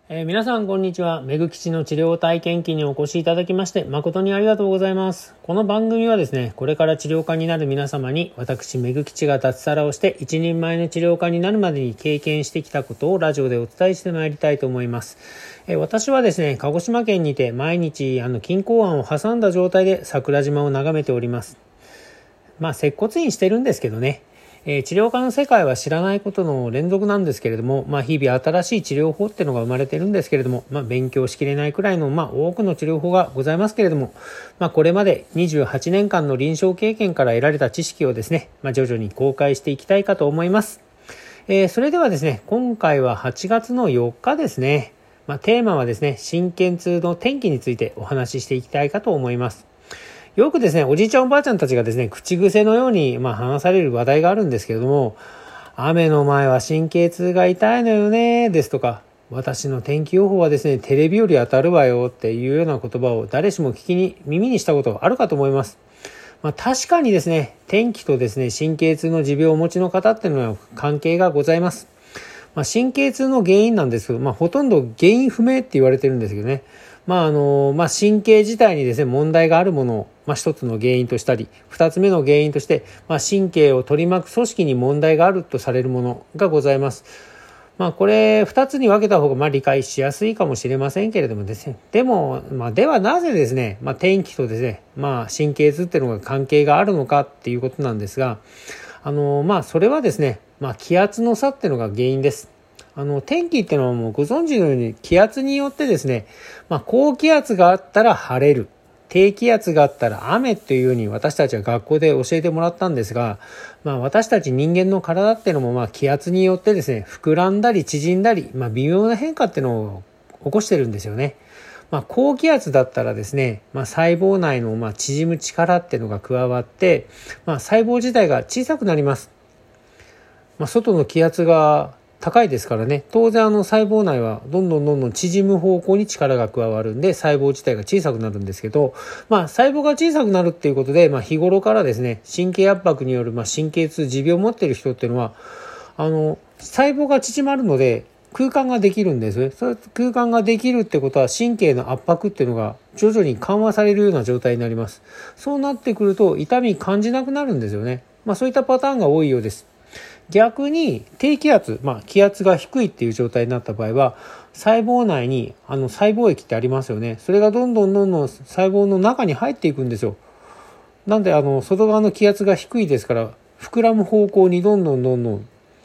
皆さんこんにちは。めぐきちの治療体験記にお越しいただきまして誠にありがとうございます。この番組はですね、これから治療家になる皆様に私めぐきちが脱サラをして一人前の治療家になるまでに経験してきたことをラジオでお伝えしてまいりたいと思います。私はですね、鹿児島県にて毎日錦江湾を挟んだ状態で桜島を眺めております。接骨院してるんですけどね。治療科の世界は知らないことの連続なんですけれども、日々新しい治療法っていうのが生まれてるんですけれども、勉強しきれないくらいの多くの治療法がございますけれども、これまで28年間の臨床経験から得られた知識をですね、徐々に公開していきたいかと思います。それではですね、今回は8月の4日ですね、テーマはですね、心筋痛の転機についてお話ししていきたいかと思います。よくですね、おじいちゃんおばあちゃんたちがですね、口癖のように話される話題があるんですけれども、雨の前は神経痛が痛いのよねですとか、私の天気予報はですね、テレビより当たるわよっていうような言葉を誰しも耳にしたことがあるかと思います。確かにですね、天気とですね、神経痛の持病をお持ちの方っていうのは関係がございます。神経痛の原因なんですけど、ほとんど原因不明って言われてるんですけどね。神経自体にですね、問題があるものを、一つの原因としたり、二つ目の原因として、神経を取り巻く組織に問題があるとされるものがございます。これ、二つに分けた方が、理解しやすいかもしれませんけれどもですね。ではなぜですね、天気とですね、神経痛っていうのが関係があるのかっていうことなんですが、それはですね、気圧の差っていうのが原因です。天気っていうのはもうご存知のように気圧によってですね、高気圧があったら晴れる、低気圧があったら雨っていうように私たちは学校で教えてもらったんですが、私たち人間の体っていうのも気圧によってですね、膨らんだり縮んだり、微妙な変化っていうのを起こしてるんですよね。高気圧だったらですね、細胞内の縮む力っていうのが加わって、細胞自体が小さくなります。外の気圧が高いですからね、当然細胞内はどんどん縮む方向に力が加わるんで、細胞自体が小さくなるんですけど、細胞が小さくなるっていうことで、日頃からですね、神経圧迫による神経痛持病を持っている人っていうのは、細胞が縮まるので空間ができるんです。それ空間ができるってことは神経の圧迫っていうのが徐々に緩和されるような状態になります。そうなってくると痛み感じなくなるんですよね。そういったパターンが多いようです。逆に低気圧、気圧が低いっていう状態になった場合は、細胞内に細胞液ってありますよね。それがどんどん細胞の中に入っていくんですよ。なんで外側の気圧が低いですから、膨らむ方向にどんどん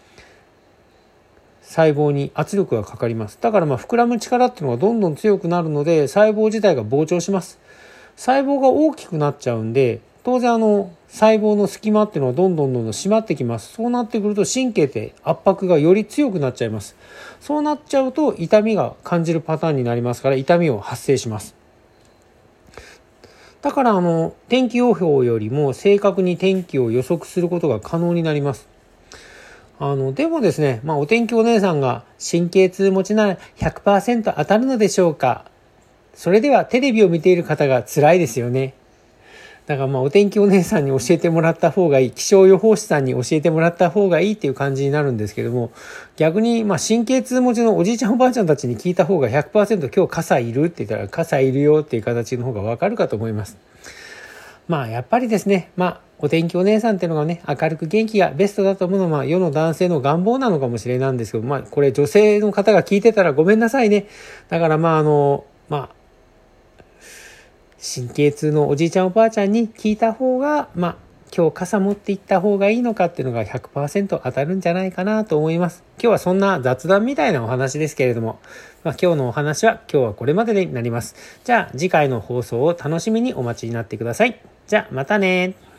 細胞に圧力がかかります。だから膨らむ力っていうのがどんどん強くなるので、細胞自体が膨張します。細胞が大きくなっちゃうんで、当然細胞の隙間っていうのはどんどん締まってきます。そうなってくると神経って圧迫がより強くなっちゃいます。そうなっちゃうと痛みが感じるパターンになりますから、痛みを発生します。だから天気予報よりも正確に天気を予測することが可能になります。でもですね、お天気お姉さんが神経痛持ちなら 100% 当たるのでしょうか。それではテレビを見ている方が辛いですよね。だからお天気お姉さんに教えてもらった方がいい、気象予報士さんに教えてもらった方がいいっていう感じになるんですけども、逆に神経痛持ちのおじいちゃんおばあちゃんたちに聞いた方が 100% 今日傘いるって言ったら傘いるよっていう形の方がわかるかと思います。やっぱりですね、お天気お姉さんっていうのがね、明るく元気がベストだと思うのは、世の男性の願望なのかもしれないんですけど、これ女性の方が聞いてたらごめんなさいね。だから神経痛のおじいちゃんおばあちゃんに聞いた方が、今日傘持って行った方がいいのかっていうのが 100% 当たるんじゃないかなと思います。今日はそんな雑談みたいなお話ですけれども、今日のお話は今日はこれまでになります。じゃあ次回の放送を楽しみにお待ちになってください。じゃあまたね。